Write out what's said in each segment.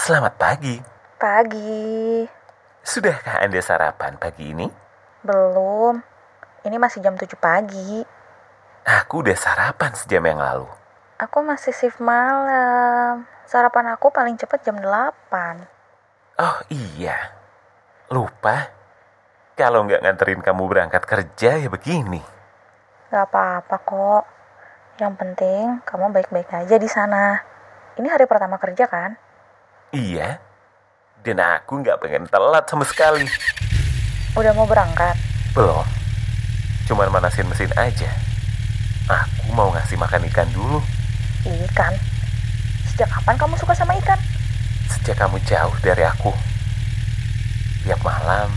Selamat pagi. Pagi. Sudahkah Anda sarapan pagi ini? Belum. Ini masih jam 7 pagi. Aku udah sarapan sejam yang lalu. Aku masih shift malam. Sarapan aku paling cepat jam 8. Oh iya, lupa. Kalau nggak nganterin kamu berangkat kerja ya begini. Gak apa-apa kok. Yang penting kamu baik-baik aja di sana. Ini hari pertama kerja kan? Iya, dan aku nggak pengen telat sama sekali. Udah mau berangkat? Belum, cuman manasin mesin aja. Aku mau ngasih makan ikan dulu. Ikan? Sejak kapan kamu suka sama ikan? Sejak kamu jauh dari aku. Tiap malam,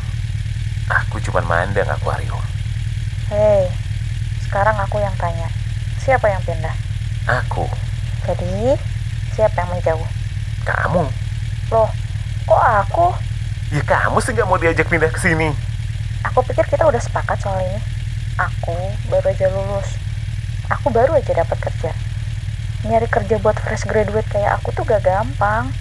aku cuman mandang akuarium. Hei, sekarang aku yang tanya. Siapa yang pindah? Aku, Jadi, siapa yang menjauh? kamu. Loh, kok aku? Ya kamu sih nggak mau diajak pindah ke sini. Aku pikir kita udah sepakat soal ini. Aku baru aja lulus. Aku baru aja dapat kerja. Nyari kerja buat fresh graduate kayak aku tuh gak gampang.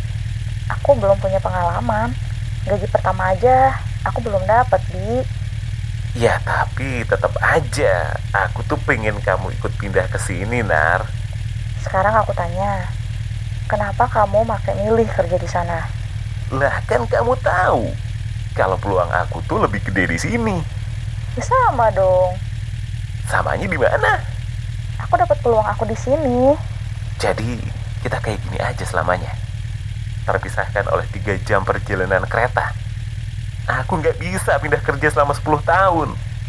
Aku belum punya pengalaman. Gaji pertama aja aku belum dapat, Bi. Ya tapi tetap aja, aku tuh pengen kamu ikut pindah ke sini, Nar. Sekarang aku tanya, kenapa kamu makin milih kerja di sana? Lah kan kamu tahu, kalau peluang aku tuh lebih gede di sini. Ya sama dong. Samanya di mana? Aku dapat peluang aku di sini. Jadi kita kayak gini aja selamanya. Terpisahkan oleh 3 jam perjalanan kereta. Aku nggak bisa pindah kerja selama 10 tahun.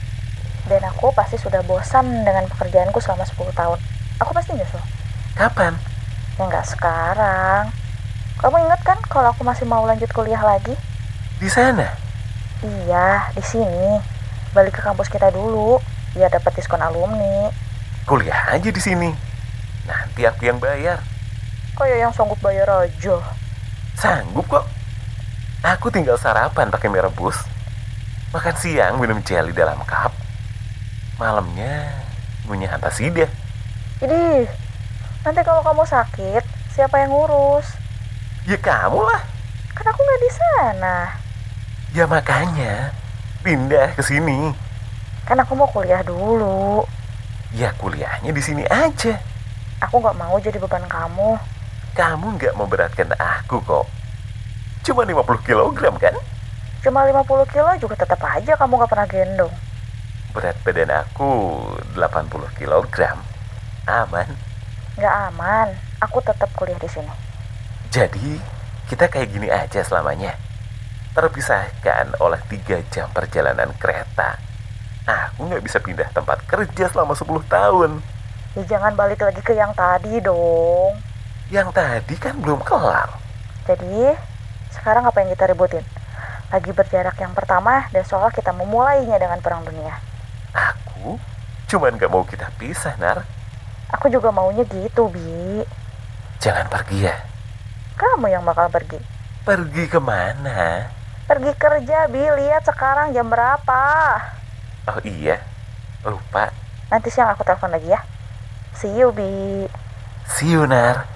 Dan aku pasti sudah bosan dengan pekerjaanku selama 10 tahun. Aku pasti nyusul. Kapan? Ya nggak sekarang. Kamu ingat kan kalau aku masih mau lanjut kuliah lagi? Di sana? Iya, di sini. Balik ke kampus kita dulu, biar dapat diskon alumni. Kuliah aja di sini. Nanti aku yang bayar. Kayak yang sanggup bayar aja. Sanggup kok. Aku tinggal sarapan pakai mie rebus. Makan siang minum jelly dalam cup. Malamnya ngunyah antasida. Idih, nanti kalau kamu sakit, siapa yang ngurus? Ya kamu lah. Kan aku nggak di sana. Ya makanya pindah ke sini. Kan aku mau kuliah dulu. Ya kuliahnya di sini aja. Aku nggak mau jadi beban kamu. Kamu nggak memberatkan aku kok. Cuma 50 kilogram kan? Cuma 50 kilo juga tetap aja kamu nggak pernah gendong. Berat badan aku 80 kilogram. Aman. Nggak aman. Aku tetap kuliah di sini. Jadi kita kayak gini aja selamanya. Terpisahkan oleh 3 jam perjalanan kereta. Aku nggak bisa pindah tempat kerja selama 10 tahun. Ya jangan balik lagi ke yang tadi dong. Yang tadi kan belum kelar. Jadi, sekarang apa yang kita ributin? Lagi berjarak yang pertama dan soal kita memulainya dengan perang dunia. Aku cuman gak mau kita pisah, Nar. Aku juga maunya gitu, Bi. Jangan pergi ya. Kamu yang bakal pergi. Pergi kemana? Pergi kerja, Bi. Lihat sekarang jam berapa. Oh iya, lupa. Nanti siang aku telepon lagi ya. See you, Bi. See you, Nar.